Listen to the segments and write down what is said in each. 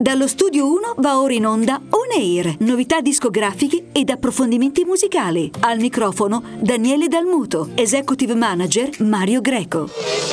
Dallo Studio 1 va ora in onda On Air, novità discografiche ed approfondimenti musicali. Al microfono Daniele Dalmuto, Executive Manager Mario Greco.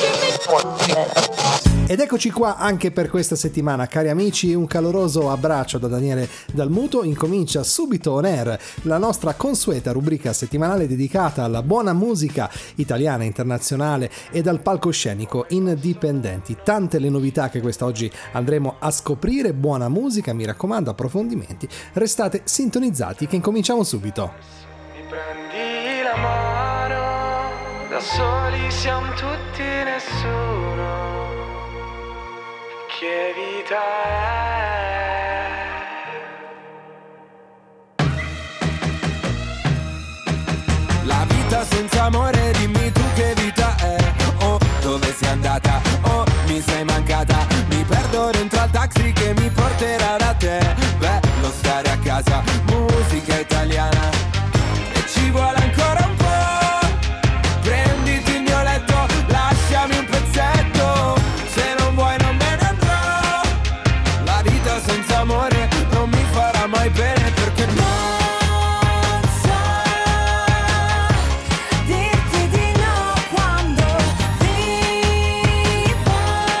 Ed eccoci qua anche per questa settimana, cari amici, un caloroso abbraccio da Daniele Dalmuto. Incomincia subito On Air, la nostra consueta rubrica settimanale dedicata alla buona musica italiana, internazionale e al palcoscenico indipendenti. Tante le novità che quest'oggi andremo a scoprire, buona musica, mi raccomando, approfondimenti. Restate sintonizzati che incominciamo subito. Mi prendi la mano, da soli siamo tutti nessuno. Che vita è? La vita senza amore, dimmi tu che vita è. Oh, dove sei andata? Oh, mi sei mancata. Mi perdo dentro al taxi che mi porterà da te. Bello stare a casa, musica italiana. E ci vuole ancora un po'. Prenditi il mio letto, lasciami un pezzetto. Se non vuoi non me ne andrò. La vita senza amore non mi farà mai bene perché non so dirti di no quando vivo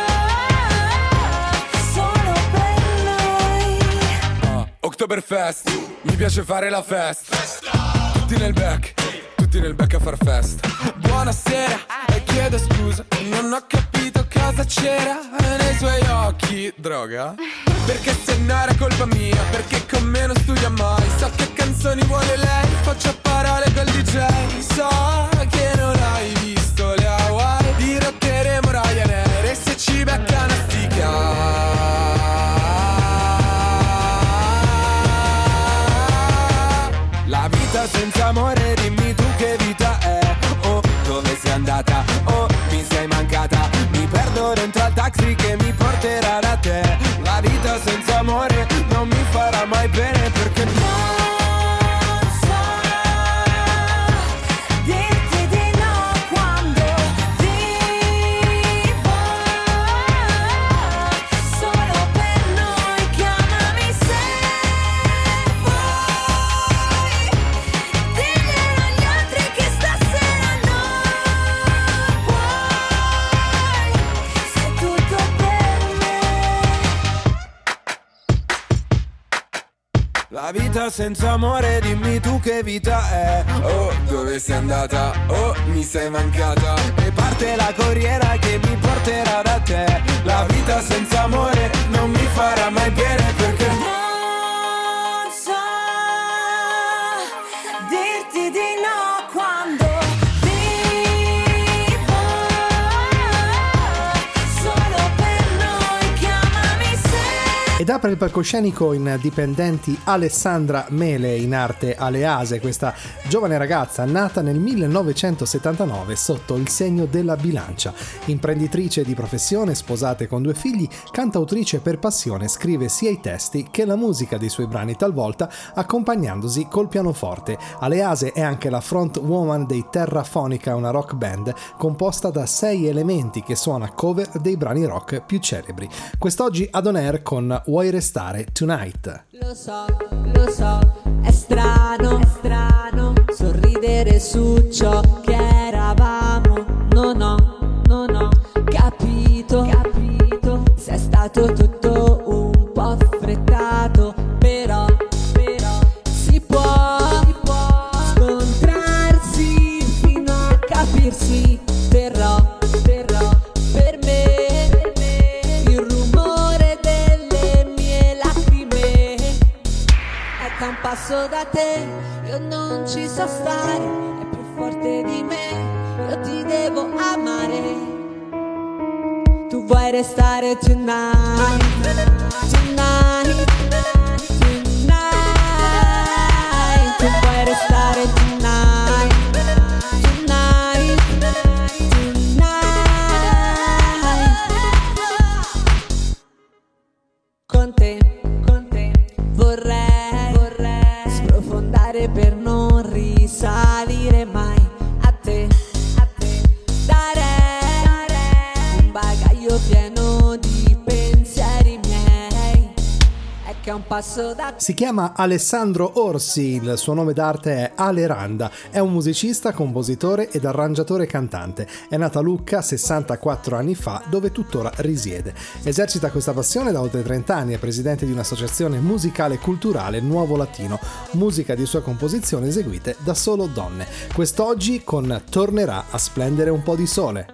solo per noi. Oktoberfest, mi piace fare la festa. Tutti nel back a far festa. Buonasera e chiedo scusa, non ho capito cosa c'era nei suoi occhi. Droga? Perché se no era colpa mia, perché con me non studia mai. So che canzoni vuole lei, faccio a parole col DJ. So che non hai visto le Hawaii, dirotteremo Ryanair e se ci becca una stica. La vita senza amore, dimmi tu che vita è. Oh, dove sei andata? Oh, mi sei mancata. Mi perdo dentro al taxi che mi porterà da te. La vita senza amore non mi farà mai bene perché non so dirti di no quando vivo solo per noi. Chiamami se vuoi, diglielo agli altri che stasera non puoi. Sei tutto per me. La vita senza amore, dimmi tu che vita è. Oh, dove sei andata? Oh, mi sei mancata. E parte la corriera che mi porterà da te. La vita senza amore non mi farà mai bene perché non so dirti di no quando vivo solo per noi. Chiamami se. Ed apre il palcoscenico indipendenti Alessandra Mele, in arte Alease, questa giovane ragazza nata nel 1979 sotto il segno della bilancia. Imprenditrice di professione, sposata e con 2 figli, cantautrice per passione, scrive sia i testi che la musica dei suoi brani, talvolta accompagnandosi col pianoforte. Alease è anche la front woman dei Terrafonica, una rock band composta da 6 elementi che suona cover dei brani rock più celebri. Quest'oggi ad On Air con Vuoi restare tonight. Lo so, è strano sorridere su ciò che eravamo. Non ho capito se è stato tutto un po' affrettato. Però si può scontrarsi fino a capirsi. Terrò per me il rumore delle mie lacrime. È un passo da te, io non ci so stare. È più forte di me, io ti devo amare. Tu vuoi restare tonight, tonight, tonight. Tu vuoi restare tonight, tonight, tonight. Con te vorrei sprofondare per non risalire mai. A te darei un bagaglio pieno di pensieri miei. che a un passo da... Si chiama Alessandro Orsi, il suo nome d'arte è Ale Randa, è un musicista, compositore ed arrangiatore cantante. È nato a Lucca 64 anni fa, dove tuttora risiede. Esercita questa passione da oltre 30 anni, è presidente di un'associazione musicale e culturale Nuovo Latino, musica di sua composizione eseguite da solo donne. Quest'oggi con Tornerà a splendere un po' di sole.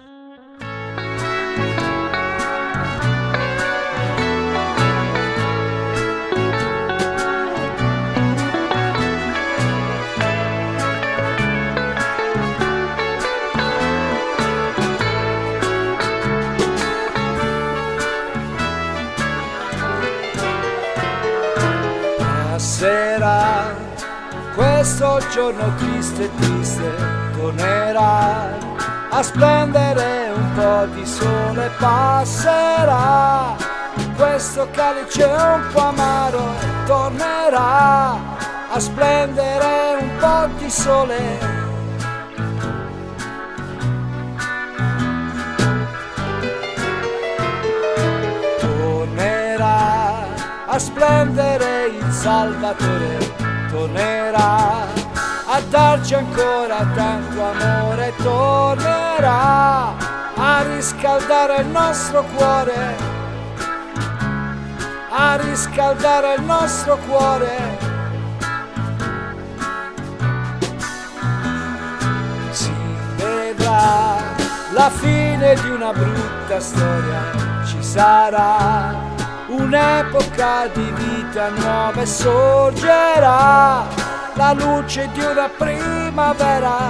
Sera, questo giorno triste triste tornerà a splendere un po' di sole, passerà questo calice un po' amaro e tornerà a splendere un po' di sole. A splendere il Salvatore, tornerà a darci ancora tanto amore, tornerà a riscaldare il nostro cuore, a riscaldare il nostro cuore. Si vedrà la fine di una brutta storia, ci sarà un'epoca di vita nuova e sorgerà la luce di una primavera.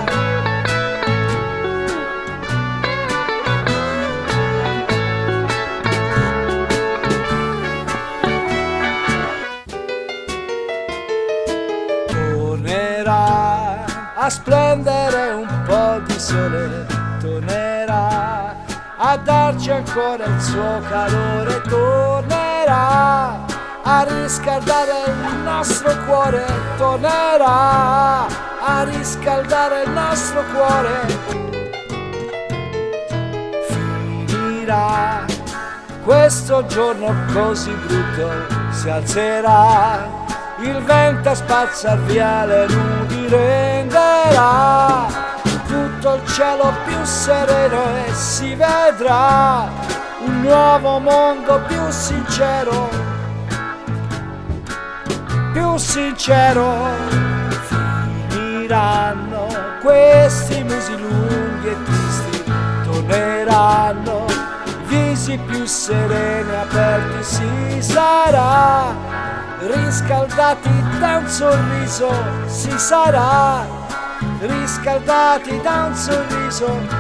Tornerà a splendere un po' di sole, tornerà a darci ancora il suo calore, tornerà a riscaldare il nostro cuore, tornerà a riscaldare il nostro cuore. Finirà questo giorno così brutto, si alzerà il vento a spazzar via le nubi, renderà tutto il cielo più sereno e si vedrà un nuovo mondo più sincero, più sincero. Finiranno questi musi lunghi e tristi, torneranno visi più sereni e aperti, si sarà riscaldati da un sorriso, si sarà riscaldati da un sorriso.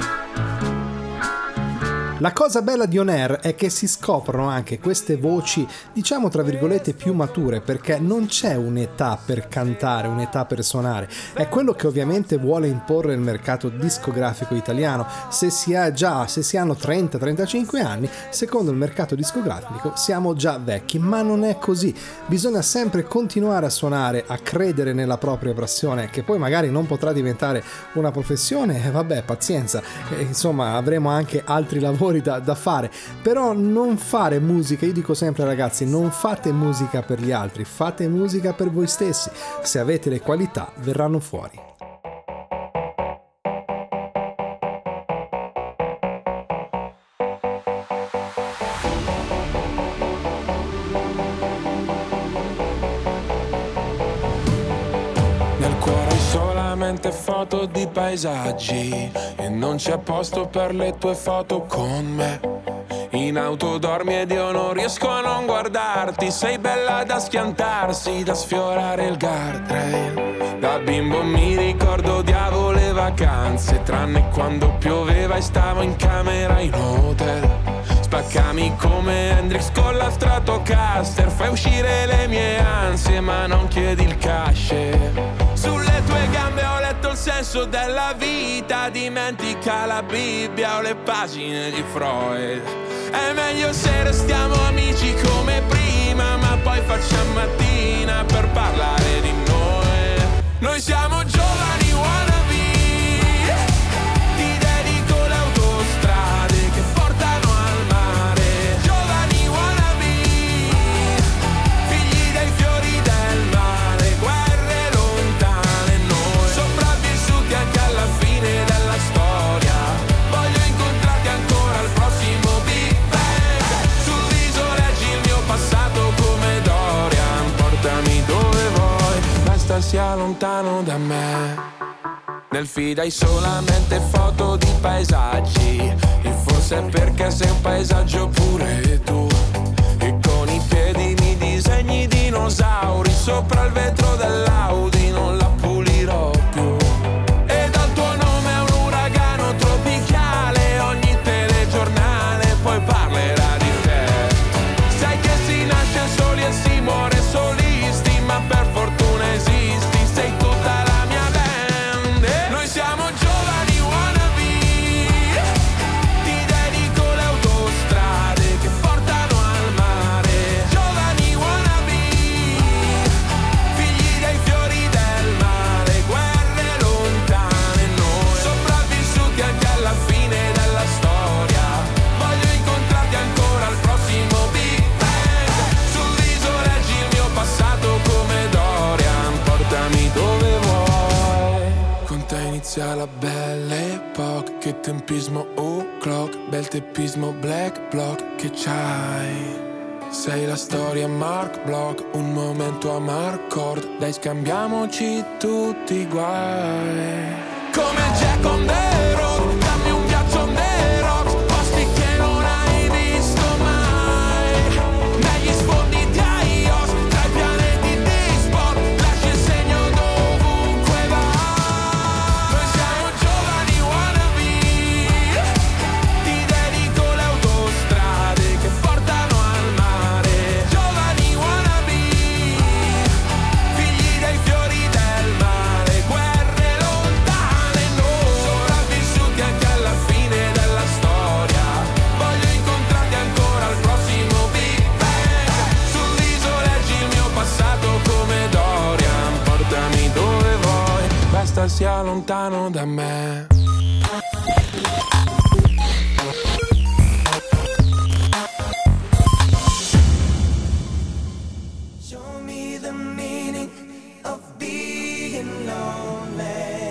La cosa bella di On Air è che si scoprono anche queste voci, diciamo tra virgolette, più mature, perché non c'è un'età per cantare, un'età per suonare. È quello che ovviamente vuole imporre il mercato discografico italiano. Se si hanno 30-35 anni, secondo il mercato discografico siamo già vecchi, ma non è così. Bisogna sempre continuare a suonare, a credere nella propria passione, che poi magari non potrà diventare una professione, vabbè, pazienza, insomma avremo anche altri lavori da fare, però non fare musica, io dico sempre ragazzi, non fate musica per gli altri, fate musica per voi stessi. Se avete le qualità verranno fuori. Foto di paesaggi e non c'è posto per le tue foto con me. In auto dormi ed io non riesco a non guardarti. Sei bella da schiantarsi, da sfiorare il guardrail. Da bimbo mi ricordo odiavo le vacanze, tranne quando pioveva e stavo in camera in hotel. Spaccami come Hendrix con la Stratocaster, fai uscire le mie ansie ma non chiedi il cash. Sulle tue gambe ho letto il senso della vita, dimentica la Bibbia o le pagine di Freud. È meglio se restiamo amici come prima, ma poi facciamo mattina per parlare di noi. Noi siamo giovani wannabe, ti dedico le autostrade che portano al mare. Giovani wannabe, sia lontano da me. Nel feed hai solamente foto di paesaggi, e forse è perché sei un paesaggio pure tu. E con i piedi mi disegni dinosauri sopra il vetro dell'Audi, non la pulirò più. E dal tuo nome è un uragano tropicale, ogni telegiornale poi parlerà di te. Sai che si nasce soli e si muore solisti, ma per fortuna esisti, sei tutta la mia band. Noi siamo giovani wannabe, ti dedico le autostrade che portano al mare. Giovani wannabe, figli dei fiori del mare, guerre lontane, noi sopravvissuti anche alla fine della storia. Voglio incontrarti ancora al prossimo Big Bang. Sul viso leggi il mio passato come Dorian, portami dove vuoi. Con te inizia la belle epoca, che tempismo o'clock, bel teppismo black block che c'hai. Sei la storia Mark Block, un momento a Marcord, dai scambiamoci tutti i guai. Come Jack on the road, dammi un ghiaccio on the rocks, posti che non hai visto mai. Negli sfondi di iOS, tra i pianeti di spot, lasci il segno dovunque vai. Noi siamo giovani wannabe, ti dedico le autostrade che portano al mare. Giovani wannabe, figli dei fiori del mare, guerre lontane, noi sopravvissuti anche alla fine della storia. Voglio incontrarti ancora al prossimo Big Bang. Sul viso leggi il mio passato come Dorian, portami dove vuoi, basta sia lontano da me. Show me the meaning of being lonely.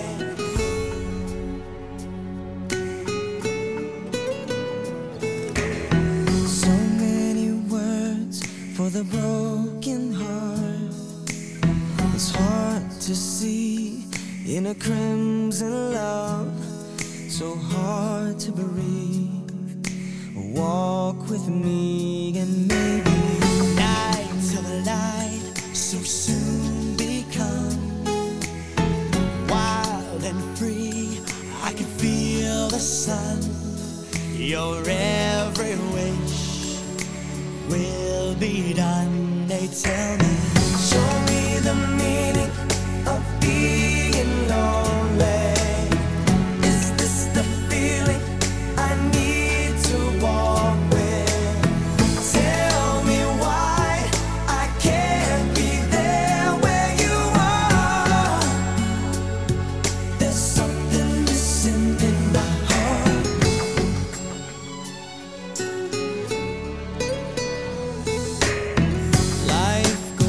So many words for the broken heart. It's hard to see in a crimson love. So hard to breathe. Walk with me and maybe nights of light so soon become wild and free. I can feel the sun. Your every wish will be done. They tell me, show me the meaning of being lonely. Is this the feeling I need to walk with? Tell me why I can't be there where you are. There's something missing in my heart. Life goes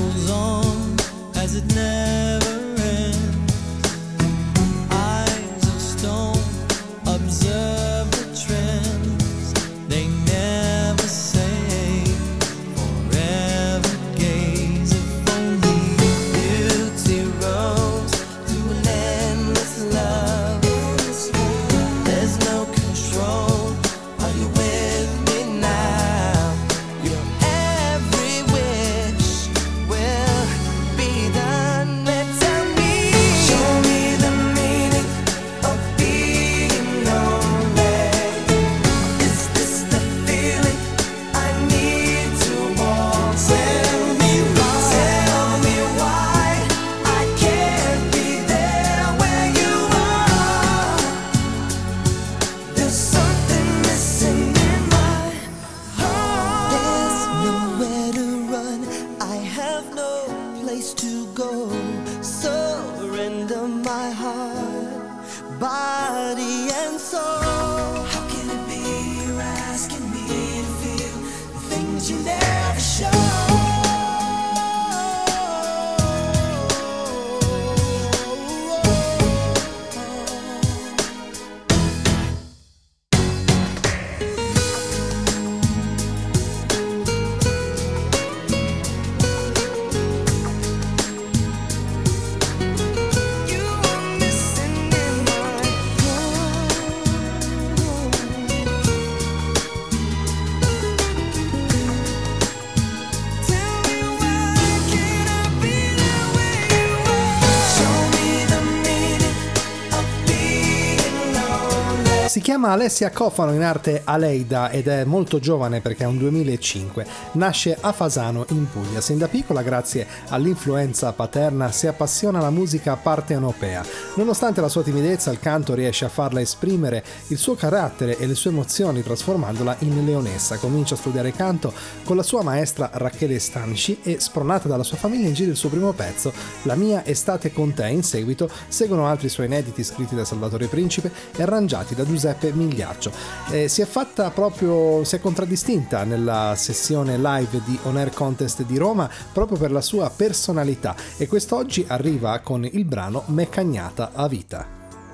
Si chiama Alessia Cofano, in arte Aleida, ed è molto giovane perché è un 2005. Nasce a Fasano in Puglia. Sin da piccola, grazie all'influenza paterna, si appassiona alla musica partenopea. Nonostante la sua timidezza, il canto riesce a farla esprimere il suo carattere e le sue emozioni, trasformandola in leonessa. Comincia a studiare canto con la sua maestra Rachele Stanci e, spronata dalla sua famiglia, ingira il suo primo pezzo, La mia estate con te. In seguito seguono altri suoi inediti scritti da Salvatore Principe e arrangiati da Giuseppe Migliaccio. Si è contraddistinta nella sessione live di On Air Contest di Roma proprio per la sua personalità, e quest'oggi arriva con il brano M'è cagnata a vita.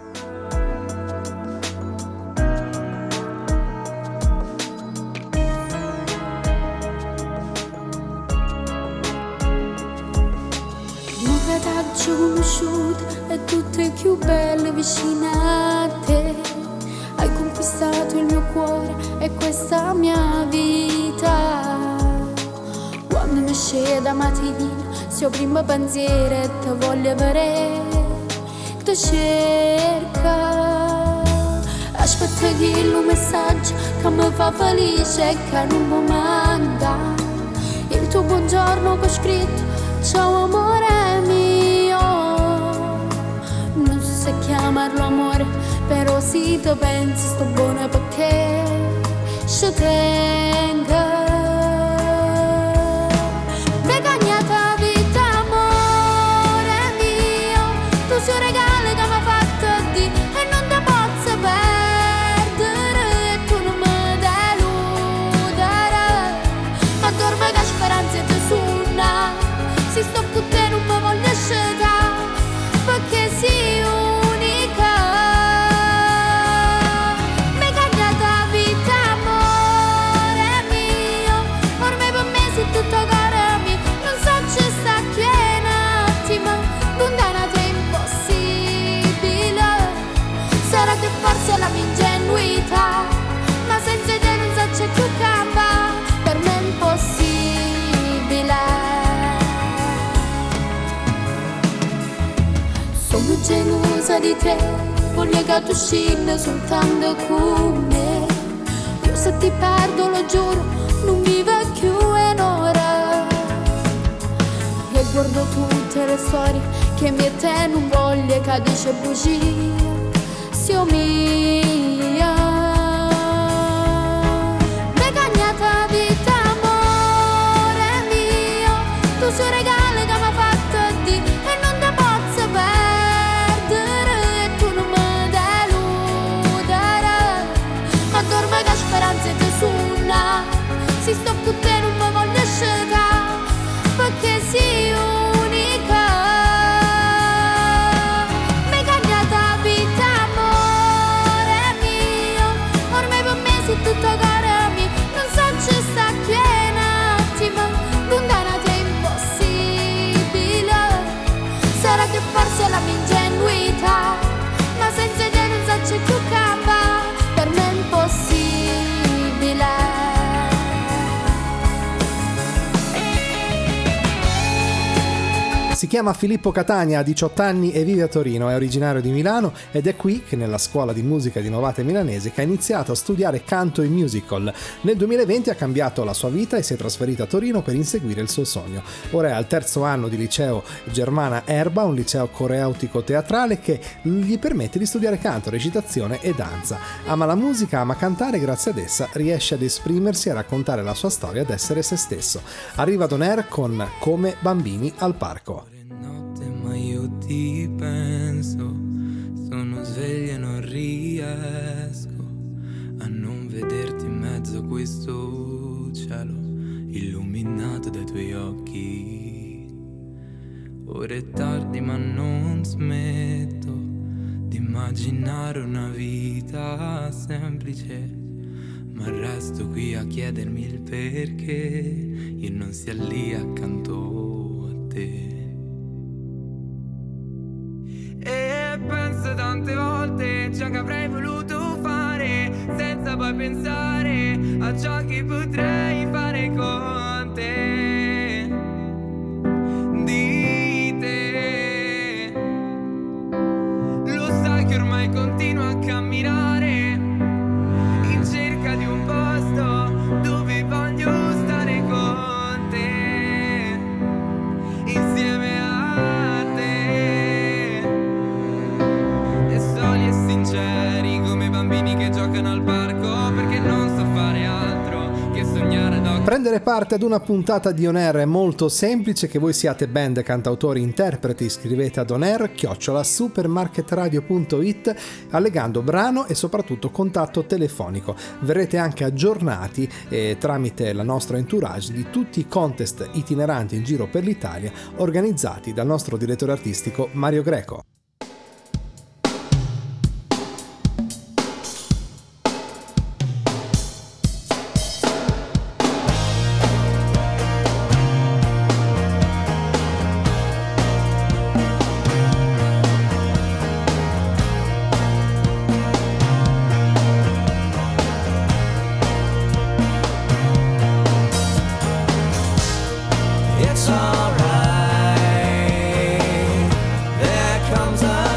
Conosciute e tutte più belle vicine a te. Hai conquistato il mio cuore e questa mia vita. Quando mi scende da mattina, se ho primo pensiero e te voglio avere, ti cerca. Aspetta che il messaggio che mi fa felice e che non mi manca. Il tuo buongiorno che ho scritto, ciao amore mio. Non so se chiamarlo amore, però se ti pensi sto buona perché ci tengo. Mi cagnata vita amore mio, tu sei un regalo che mi ha fatto di e non ti posso perdere. E tu non mi deludere, ma dorme che speranza ti suona. Se sto con te non mi voglio scegliere, perché sei unica. Mi cagnata vita amore mio, ormai per me sei tutto caro mio. Non so ci sta qui un attimo, lontana è impossibile. Sarà che forse è la mia ingenuità, ma senza te non so c'è più campa. Per me è impossibile. Sono gelosa di te, voglio che tu scenda soltanto con me. Io se ti perdo lo giuro, non vivo più un'ora. E guardo tutte le storie che mi e te non voglio che dice bugie. Sia mia. Mi cagnata vita amore mio, tu sei un regalo che mi ha fatto di e non ti posso perdere. E tu non mi deludere, ma dorme che speranza ti suona. Se sto con te non mi voglio scegliere, perché sei unica. Mi cagnata vita amore mio, ormai per me sei tutto caro mio. Non so ci sta qui un attimo, lontana è impossibile. Sarà che forse è la mia ingenuità, ma senza te non so c'è più campa. Per me è impossibile. Si chiama Filippo Catania, ha 18 anni e vive a Torino, è originario di Milano ed è qui che nella scuola di musica di Novate Milanese che ha iniziato a studiare canto e musical. Nel 2020 ha cambiato la sua vita e si è trasferito a Torino per inseguire il suo sogno. Ora è al terzo anno di liceo Germana Erba, un liceo coreutico teatrale che gli permette di studiare canto, recitazione e danza. Ama la musica, ama cantare e grazie ad essa riesce ad esprimersi, a raccontare la sua storia, ad essere se stesso. Arriva ad On Air con Come bambini al parco. Ma io ti penso, sono sveglio e non riesco a non vederti in mezzo a questo cielo illuminato dai tuoi occhi. Ora è tardi ma non smetto di immaginare una vita semplice, ma resto qui a chiedermi il perché io non sia lì accanto a te. E penso tante volte ciò che avrei voluto fare, senza poi pensare a ciò che potrei fare con te. Di te lo sai che ormai continuo a camminare prendere parte ad una puntata di On Air è molto semplice, che voi siate band, cantautori, interpreti, scrivete ad onair@supermarketradio.it allegando brano e soprattutto contatto telefonico. Verrete anche aggiornati tramite la nostra entourage di tutti i contest itineranti in giro per l'Italia organizzati dal nostro direttore artistico Mario Greco. It's alright. There comes a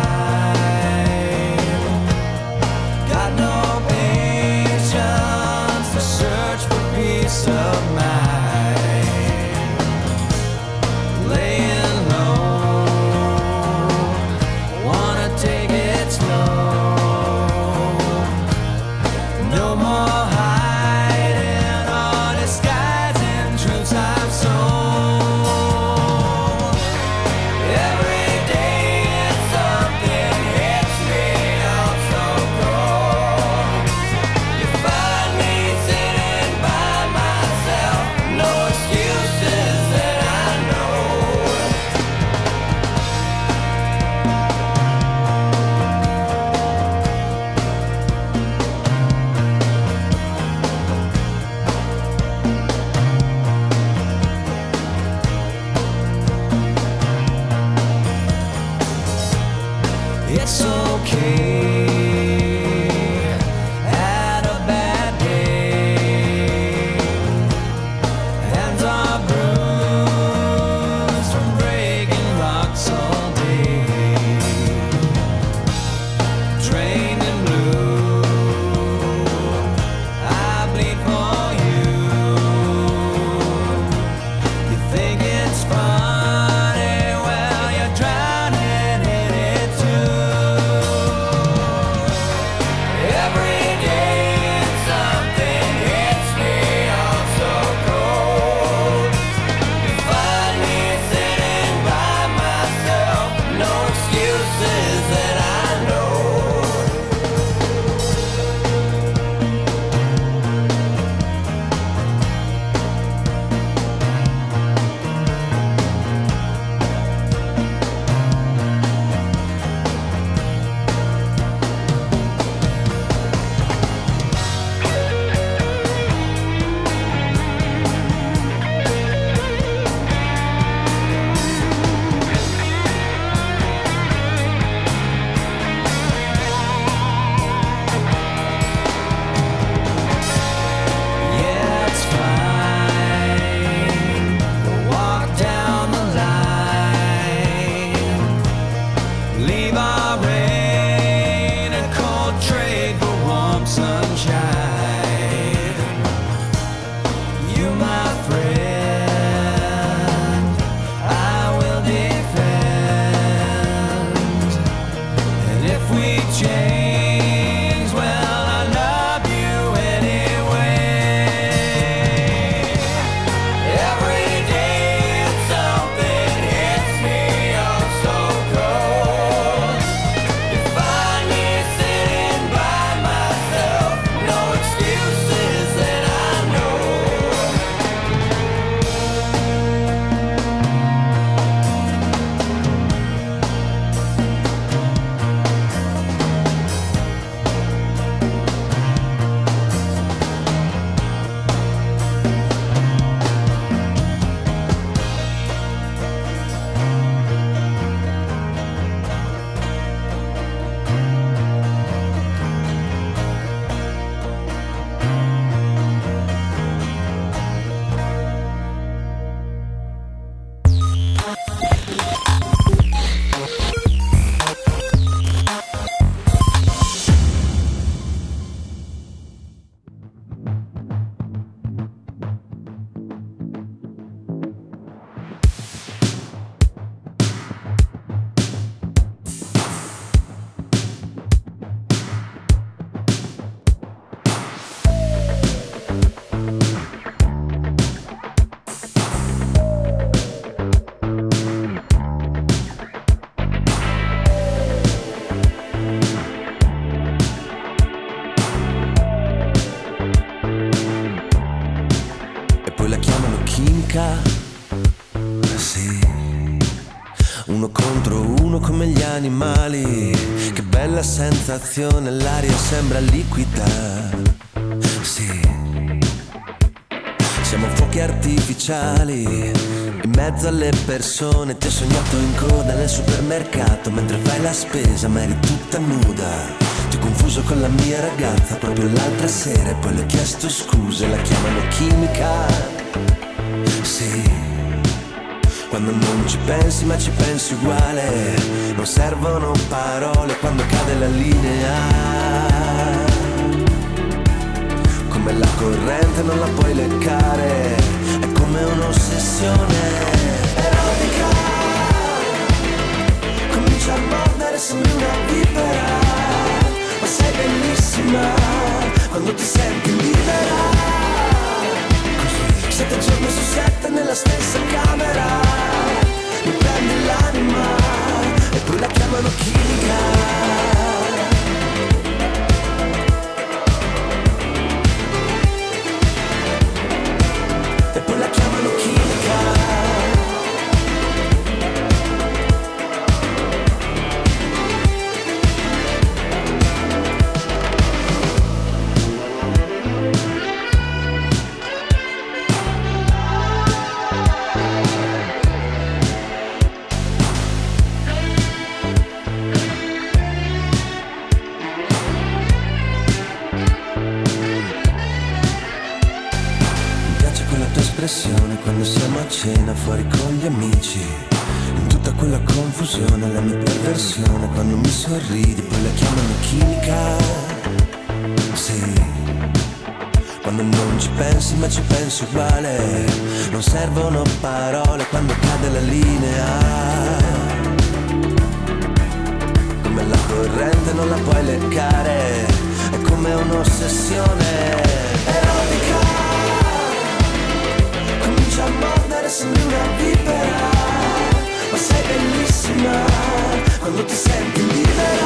time. Got no patience to search for peace of mind. Laying low, wanna take it slow. No more hiding or disguising truths I've sown. It's okay. Had a bad day. Hands are bruised from breaking rocks all day. Trained in blue, I bleed for you. You think it's funny? Well, you're drowning in it too. Every day something hits me all so cold. You find me sitting by myself, no excuses that I know. Yeah, it's fine. Walk down the line. Leave our rain and cold trade for warm sunshine. You, my friend, I will defend. And if we change, well, I love you anyway. Every day something hits me all so cold. You find me sitting by myself, no excuses that I know. uno contro uno come gli animali. Che bella sensazione, l'aria sembra liquida. Sì, siamo fuochi artificiali in mezzo alle persone. Ti ho sognato in coda nel supermercato mentre fai la spesa ma eri tutta nuda. Ti ho confuso con la mia ragazza proprio l'altra sera e poi le ho chiesto scuse, la chiamano chimica. Sì, quando non ci pensi ma ci pensi uguale, non servono parole quando cade la linea. Come la corrente non la puoi leccare, è come un'ossessione erotica. Comincia a mordere, sembri una vipera, ma sei bellissima quando ti senti libera. Così 7 giorni su 7 nella stessa camera, mi prendi l'anima e poi la chiamano chimica. Quando siamo a cena fuori con gli amici, in tutta quella confusione la mia perversione, quando mi sorridi poi la chiamano chimica. Sì, quando non ci pensi ma ci pensi uguale, non servono parole quando cade la linea. Come la corrente non la puoi leccare, è come un'ossessione erotica. Comincia a mordere, sembri una vipera, ma sei bellissima quando ti senti libera.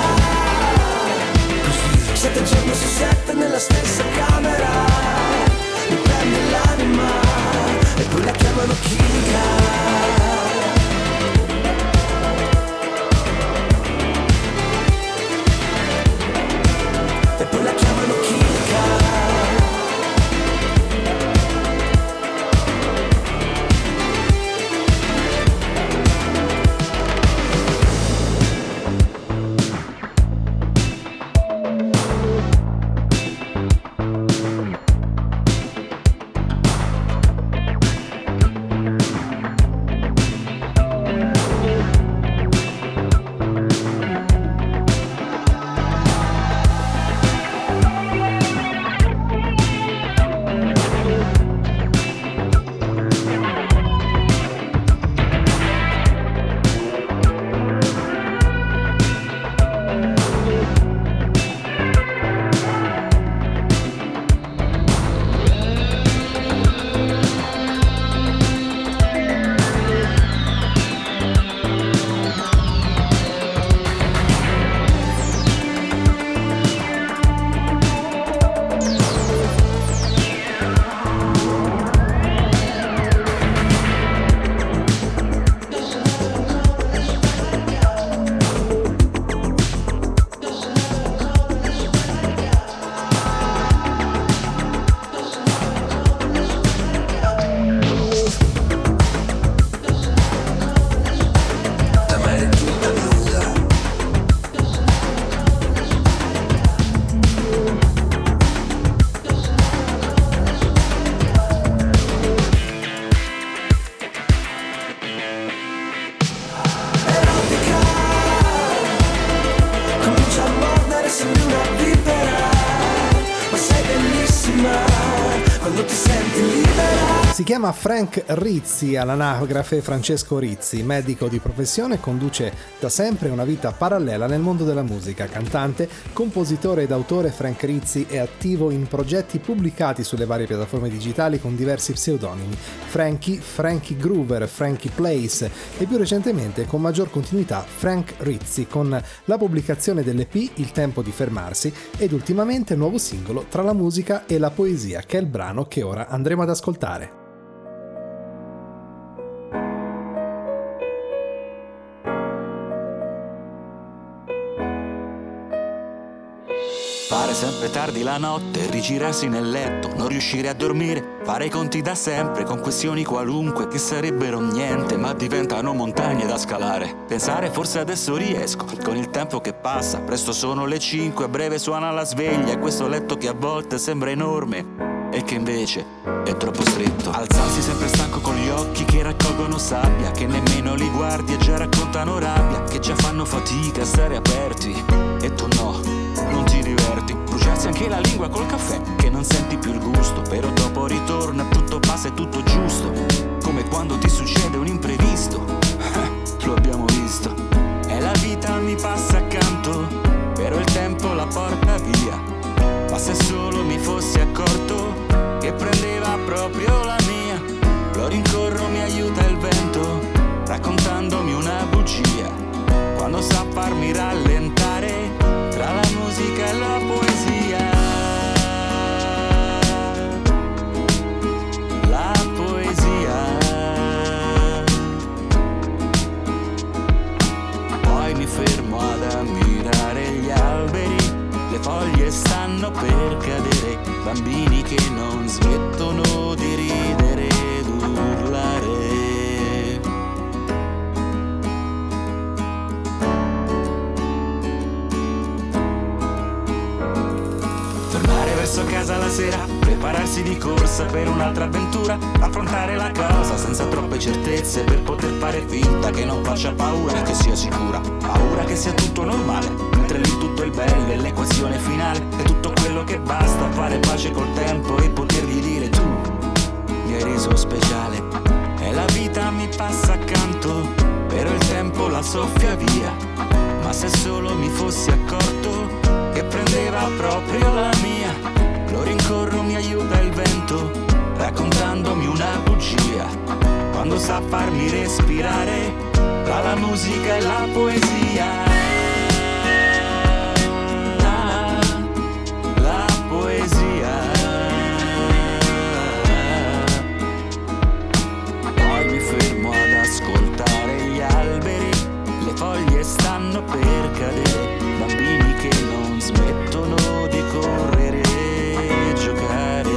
Così 7 giorni su 7 nella stessa camera, mi prendi l'anima e poi la chiamano chimica. Si chiama Frank Rizzi, all'anagrafe Francesco Rizzi, medico di professione, conduce da sempre una vita parallela nel mondo della musica. Cantante, compositore ed autore, Frank Rizzi è attivo in progetti pubblicati sulle varie piattaforme digitali con diversi pseudonimi: Frankie, Frankie Groover, Frankie Plays e più recentemente con maggior continuità Frank Rizzi, con la pubblicazione dell'EP Il tempo di fermarsi ed ultimamente il nuovo singolo Tra la musica e la poesia, che è il brano che ora andremo ad ascoltare. sempre tardi la notte, rigirarsi nel letto, non riuscire a dormire, fare i conti da sempre con questioni qualunque che sarebbero niente ma diventano montagne da scalare. Pensare forse adesso riesco, con il tempo che passa, presto sono le 5, a breve suona la sveglia e questo letto che a volte sembra enorme e che invece è troppo stretto. Alzarsi sempre stanco con gli occhi che raccolgono sabbia, che nemmeno li guardi e già raccontano rabbia, che già fanno fatica a stare aperti e tu no, non ti diverti. Bruciarsi anche la lingua col caffè, che non senti più il gusto, però dopo ritorna, tutto passa e tutto giusto, come quando ti succede un imprevisto. Lo abbiamo visto. E la vita mi passa accanto, però il tempo la porta via. Ma se solo mi fossi accorto che prendeva proprio la mia, lo rincorro, mi aiuta il vento, raccontandomi una bugia, quando sa farmi rallentare tra la musica e la poesia. La poesia. Poi mi fermo ad ammirare gli alberi, le foglie stanno per cadere, bambini che non smettono di ridere ed urlare. Tornare verso casa la sera, prepararsi di corsa per un'altra avventura, affrontare la cosa senza troppe certezze per poter fare finta che non faccia paura e che sia sicura, paura che sia tutto normale, mentre lì tutto il bello è l'equazione finale, è tutto quello che basta, fare pace col tempo e potergli dire tu mi hai reso speciale. E la vita mi passa accanto, però il tempo la soffia via, ma se solo mi fossi accorto che prendeva proprio la mia, lo rincorro, mi aiuta il vento, raccontandomi una bugia, quando sa farmi respirare tra la musica e la poesia. La poesia. Poi mi fermo ad ascoltare gli alberi, le foglie stanno per cadere, bambini che non smettono di correre e giocare.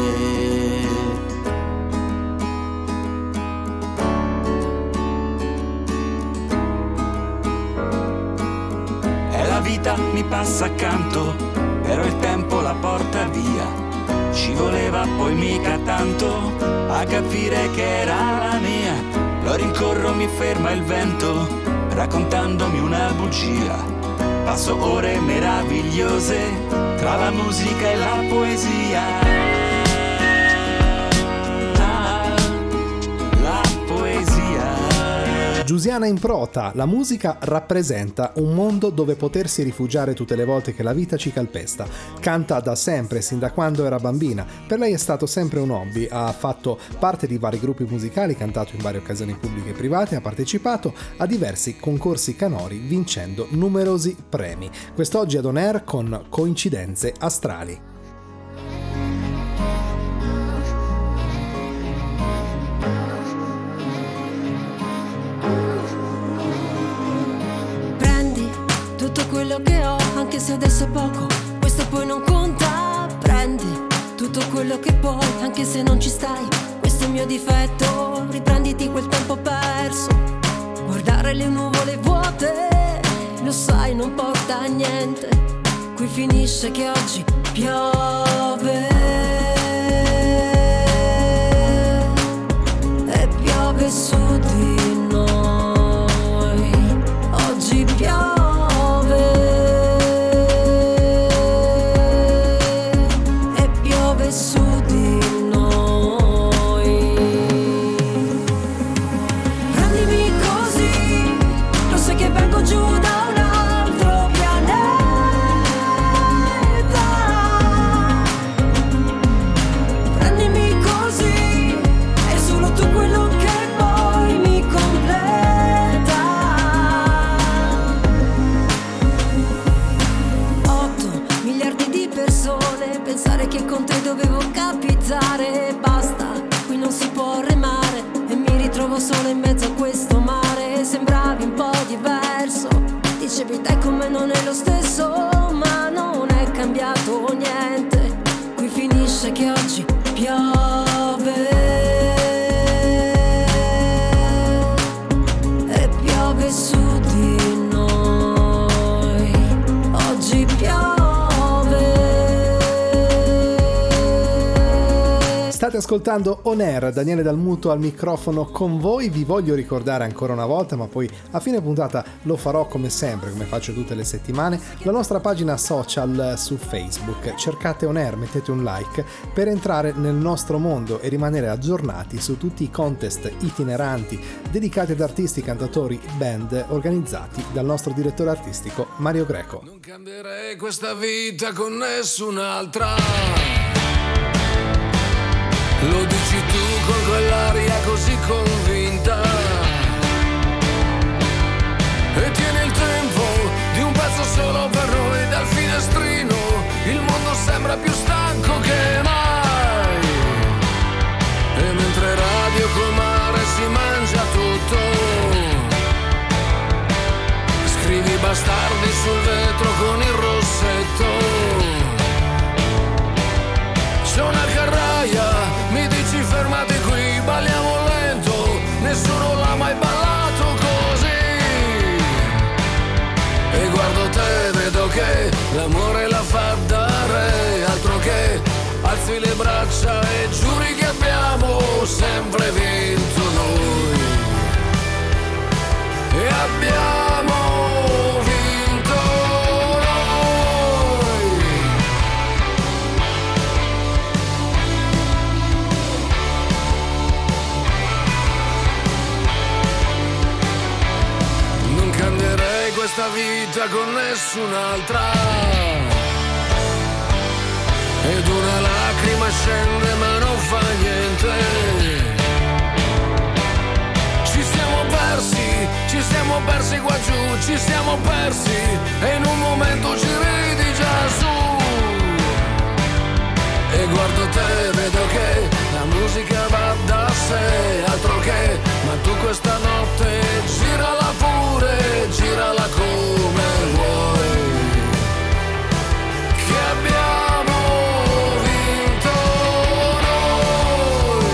E la vita mi passa accanto, però il tempo la porta via. Ci voleva poi mica tanto a capire che era la mia, lo rincorro, mi ferma il vento, raccontandomi una bugia. Passo ore meravigliose tra la musica e la poesia. La poesia. Giusiana Improta, la musica rappresenta un mondo dove potersi rifugiare tutte le volte che la vita ci calpesta. Canta da sempre, sin da quando era bambina. Per lei è stato sempre un hobby, ha fatto parte di vari gruppi musicali, cantato in varie occasioni pubbliche e private, ha partecipato a diversi concorsi canori vincendo numerosi premi. Quest'oggi ad On Air con Coincidenze astrali. Quello che ho, anche se adesso è poco, questo poi non conta. Prendi tutto quello che puoi, anche se non ci stai, questo è il mio difetto. Riprenditi quel tempo perso, guardare le nuvole vuote, lo sai non porta a niente. Qui finisce che oggi piove e piove su di noi. Oggi piove su di noi. Prendimi così, lo sai che vengo giù da un altro pianeta. Prendimi così, è solo tu quello che poi mi completa. 8 miliardi di persone, pensare che con te dovevo capitare, basta, qui non si può remare e mi ritrovo solo in mezzo a questo mare. Sembravi un po' diverso, dicevi dai come non è lo stesso, ma non è cambiato niente. Qui finisce che oggi piove. E piove su di noi. Oggi piove. State ascoltando On Air, Daniele Dal Muto al microfono con voi. Vi voglio ricordare ancora una volta, ma poi a fine puntata lo farò come sempre, come faccio tutte le settimane, la nostra pagina social su Facebook. Cercate On Air, mettete un like per entrare nel nostro mondo e rimanere aggiornati su tutti i contest itineranti dedicati ad artisti, cantatori, band organizzati dal nostro direttore artistico Mario Greco. Non cambierei questa vita con nessun'altra. Lo dici tu con quell'aria così convinta. E tieni il tempo di un pezzo solo per noi. Dal finestrino il mondo sembra più stanco che mai. E mentre radio col mare si mangia tutto, scrivi bastardi sul vetro con il rossetto. C'è una carraia, mi dici fermati qui, balliamo lento, nessuno l'ha mai ballato così. E guardo te, vedo che l'amore la fa dare, altro che alzi le braccia e giuri che abbiamo sempre vinto noi. E abbiamo vinto noi. Non cambierei questa vita con nessun'altra. Ed una lacrima scende ma non fa niente. Ci siamo persi qua giù, ci siamo persi e in un momento ci vedi già su. E guardo te, vedo che la musica va da sé, altro che, ma tu questa notte girala pure, girala come vuoi. Che abbiamo vinto noi.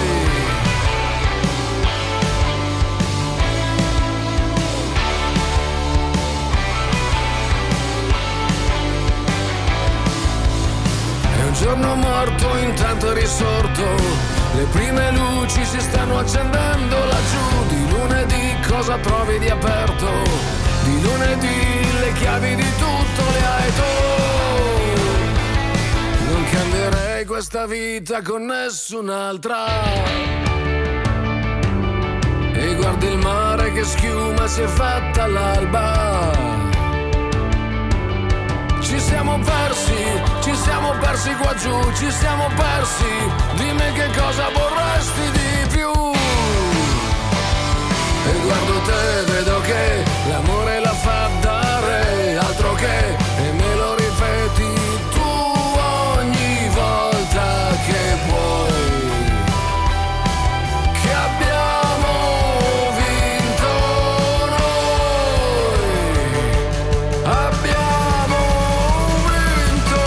È un giorno morto, intanto è risorto, le prime luci si stanno accendendo laggiù. Di lunedì cosa trovi di aperto? Di lunedì le chiavi di tutto le hai tu. Non cambierei questa vita con nessun'altra. E guardi il mare che schiuma, si è fatta all'alba. Ci siamo persi qua giù, ci siamo persi. Dimmi che cosa vorresti di più. E guardo te, vedo che l'amore la fa dare, altro che, e me lo ripeti tu ogni volta che puoi. Che abbiamo vinto noi. Abbiamo vinto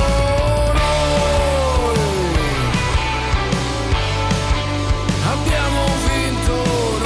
noi. Abbiamo vinto noi.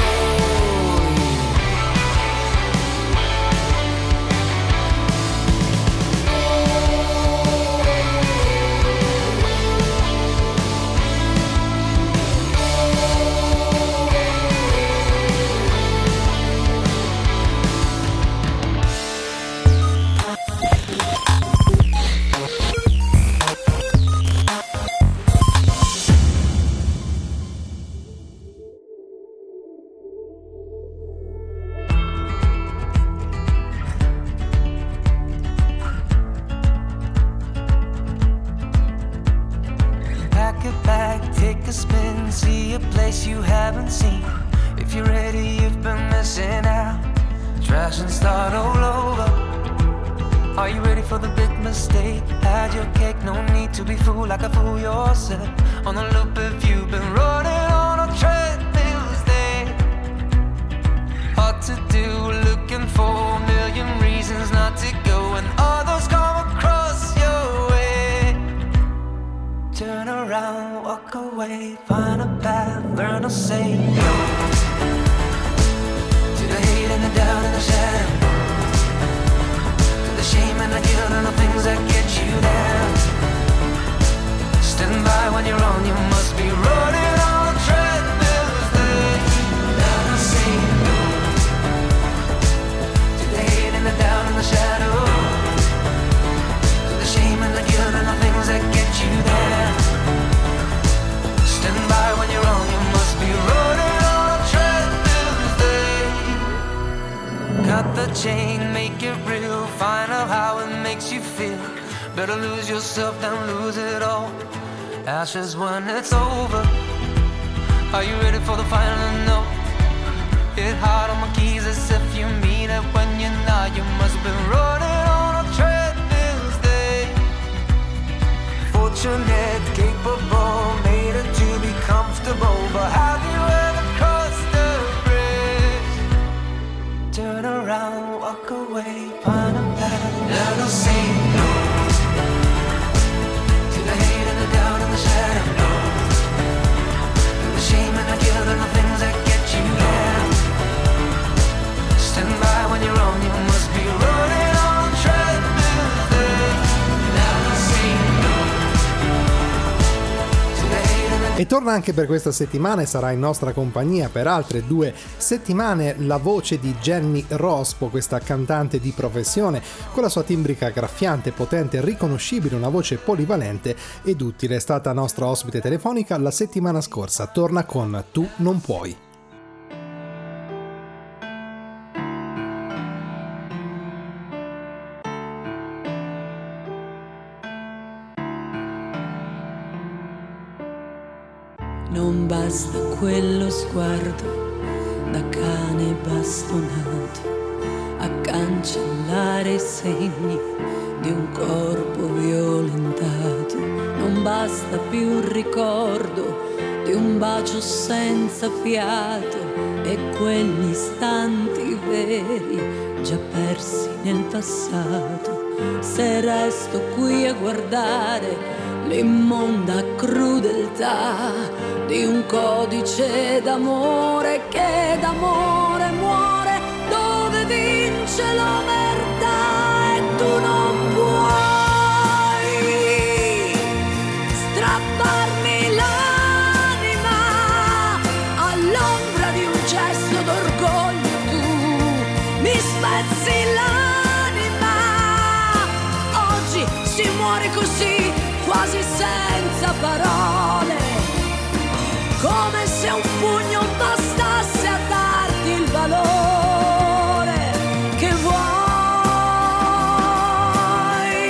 Pack a bag, take a spin, see a place you haven't seen. If you're ready, you've been missing out. Trash and start all over. Are you ready for the big mistake? Had your cake, no need to be fooled like a fool yourself. On the loop if you've been running on a treadmill day. Hard to do, looking for a million reasons not to go, and others come across around, walk away, find a path, learn to say no to the hate and the doubt and the shadow, to the shame and the guilt and the things that get you down. Stand by when you're wrong, you must be running on a treadmill. Learn to say no to the hate and the doubt and the shadow, to the shame and the guilt and the things that get you there. Stand by when you're wrong, you must be running on a treadmill. Cut the chain, make it real, find out how it makes you feel. Better lose yourself than lose it all. Ashes when it's over. Are you ready for the final note? Hit hard on my keys as if you mean it when you're not. You must have been running on a treadmill. Stay fortunate, capable, made it to be comfortable. But have you ever crossed the bridge? Turn around, walk away, find a path. Learn to say no to the hate and the doubt and the shadow, no to the shame and the guilt and the things that get you down. Stand by when you're wrong, you must be running on a treadmill. Learn to say no to the hate and the. E torna anche per questa settimana e sarà in nostra compagnia per altre 2 settimane la voce di Jenny Rospo, questa cantante di professione con la sua timbrica graffiante, potente, riconoscibile, una voce polivalente ed utile. È stata nostra ospite telefonica la settimana scorsa. Torna con Tu non puoi. Non basta quello sguardo da cane bastonato a cancellare i segni di un corpo violentato. Non basta più il ricordo di un bacio senza fiato e quegli istanti veri già persi nel passato. Se resto qui a guardare l'immonda crudeltà di un codice d'amore che d'amore muore, dove vince l'omertà e tu non puoi strapparmi l'anima all'ombra di un gesto d'orgoglio. Tu mi spezzi l'anima, oggi si muore così, quasi senza parole, come se un pugno bastasse a darti il valore che vuoi.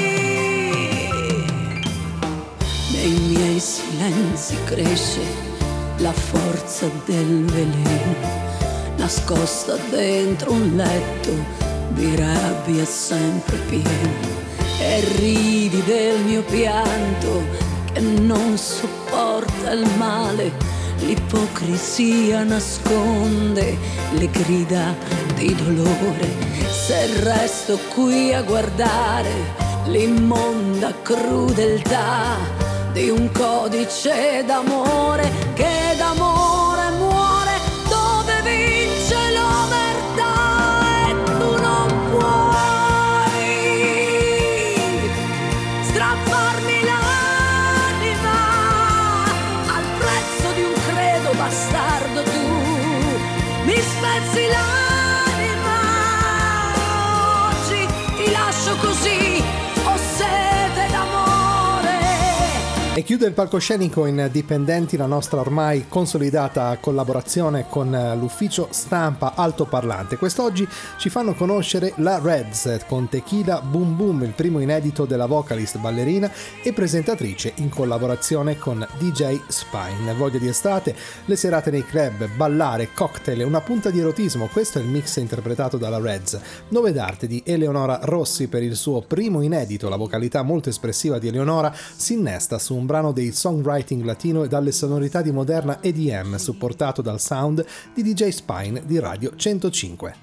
Nei miei silenzi cresce la forza del veleno, nascosta dentro un letto di rabbia sempre pieno. E ridi del mio pianto che non sopporta il male, l'ipocrisia nasconde le grida di dolore. Se resto qui a guardare l'immonda crudeltà di un codice d'amore che d'amore muore, dove vince l'omertà e tu non puoi bastardo. Tu mi spezzi l'anima, oggi ti lascio così, ho sete d'amore. E chiude il palcoscenico in Dipendenti la nostra ormai consolidata collaborazione con l'ufficio stampa altoparlante. Quest'oggi ci fanno conoscere la Reds con Tequila Boom Boom, il primo inedito della vocalist, ballerina e presentatrice in collaborazione con DJ Spine. Voglia di estate, le serate nei club, ballare, cocktail e una punta di erotismo. Questo è il mix interpretato dalla Reds, nome d'arte di Eleonora Rossi. Per il suo primo inedito la vocalità molto espressiva di Eleonora si innesta su un brano dei songwriting latino e dalle sonorità di moderna EDM, supportato dal sound di DJ Spine di Radio 105.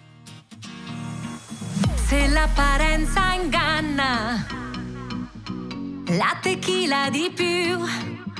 Se l'apparenza inganna, la tequila di più,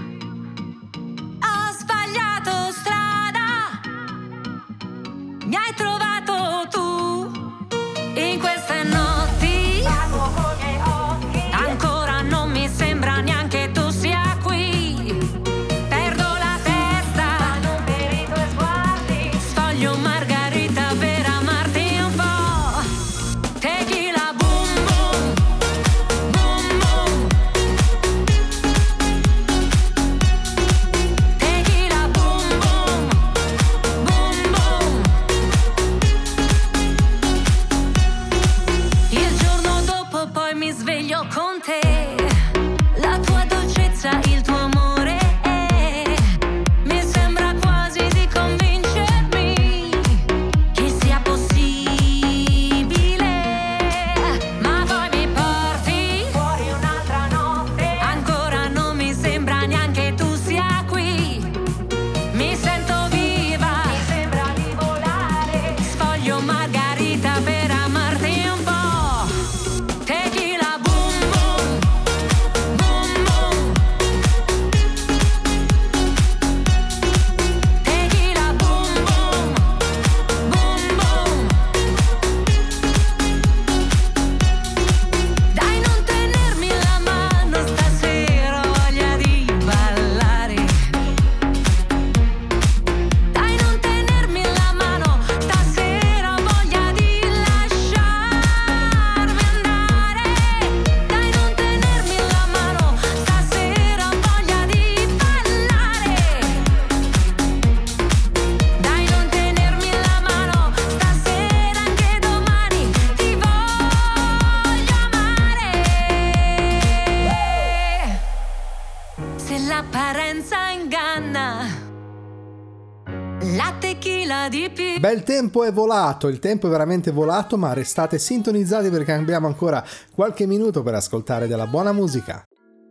ancora di più. Bel tempo è volato, il tempo è veramente volato, ma restate sintonizzati perché abbiamo ancora qualche minuto per ascoltare della buona musica.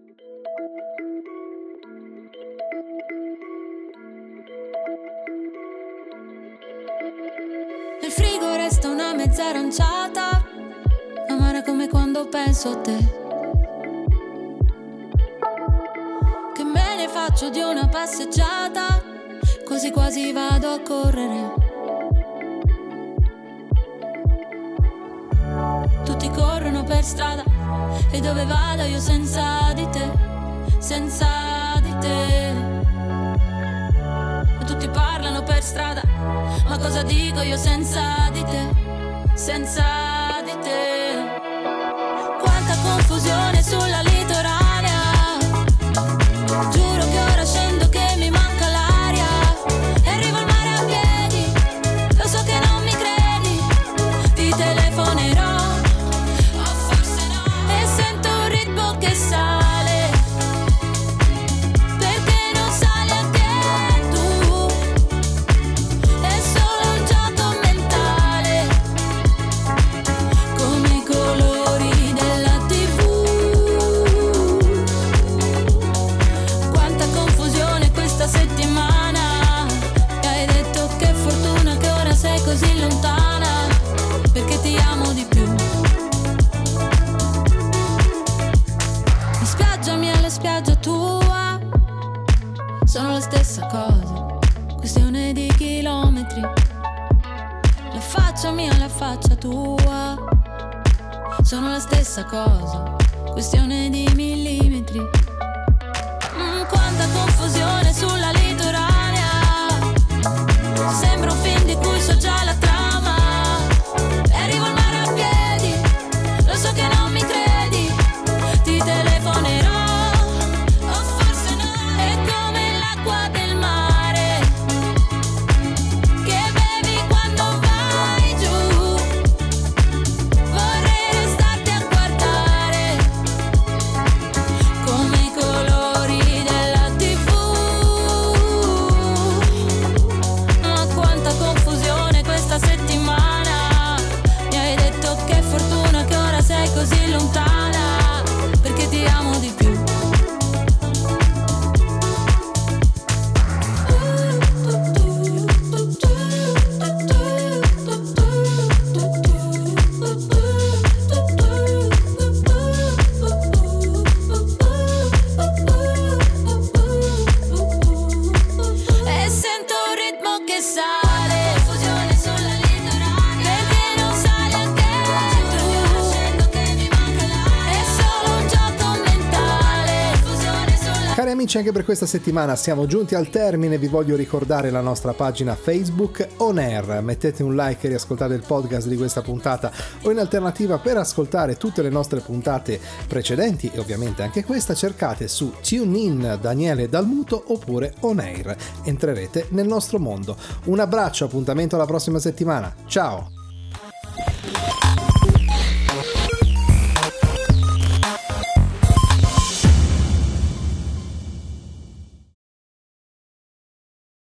Nel frigo resta una mezza aranciata, amara come quando penso a te, che me ne faccio di una passeggiata, quasi quasi vado a correre. Tutti corrono per strada e dove vado io senza di te, senza di te. Tutti parlano per strada, ma cosa dico io senza di te, senza di te. Quanta confusione sulla litoranea, giuro che ora scendo che mi manca l'aria e arrivo al mare a piedi, lo so che non mi credi, ti telefonerò, o forse no, e sento un ritmo che sale, perché non sale anche tu, è solo un gioco mentale, come i colori della TV. Quanta confusione questa settimana, mi hai detto che fortuna che ora sei così lontana, perché ti amo di più. La spiaggia mia e la spiaggia tua sono la stessa cosa, questione di chilometri. La faccia mia e la faccia tua sono la stessa cosa, questione di millimetri. Quanta confusione sulla litoranea, sembra un film di cui so già la trama, e arrivo al mare a piedi, lo so che non mi credi, ti telefonerò, o forse no, è come l'acqua del mare che bevi quando vai giù, vorrei restarti a guardare come i colori della TV. Ma quanta confusione questa settimana, mi hai detto che fortuna che ora sei così lontana, perché ti amo di più. E sento un ritmo che sale, fusione sulla litoranea, perché non sale anche tu, scendo che mi manca l'aria, è solo un gioco mentale, fusione sulla. Cari amici, anche per questa settimana siamo giunti al termine. Vi voglio ricordare la nostra pagina Facebook On Air. Mettete un like e riascoltate il podcast di questa puntata, o in alternativa per ascoltare tutte le nostre puntate precedenti e ovviamente anche questa cercate su TuneIn Daniele Dalmuto oppure On Air. Entrerete nel nostro mondo. Un abbraccio, appuntamento alla prossima settimana. Ciao!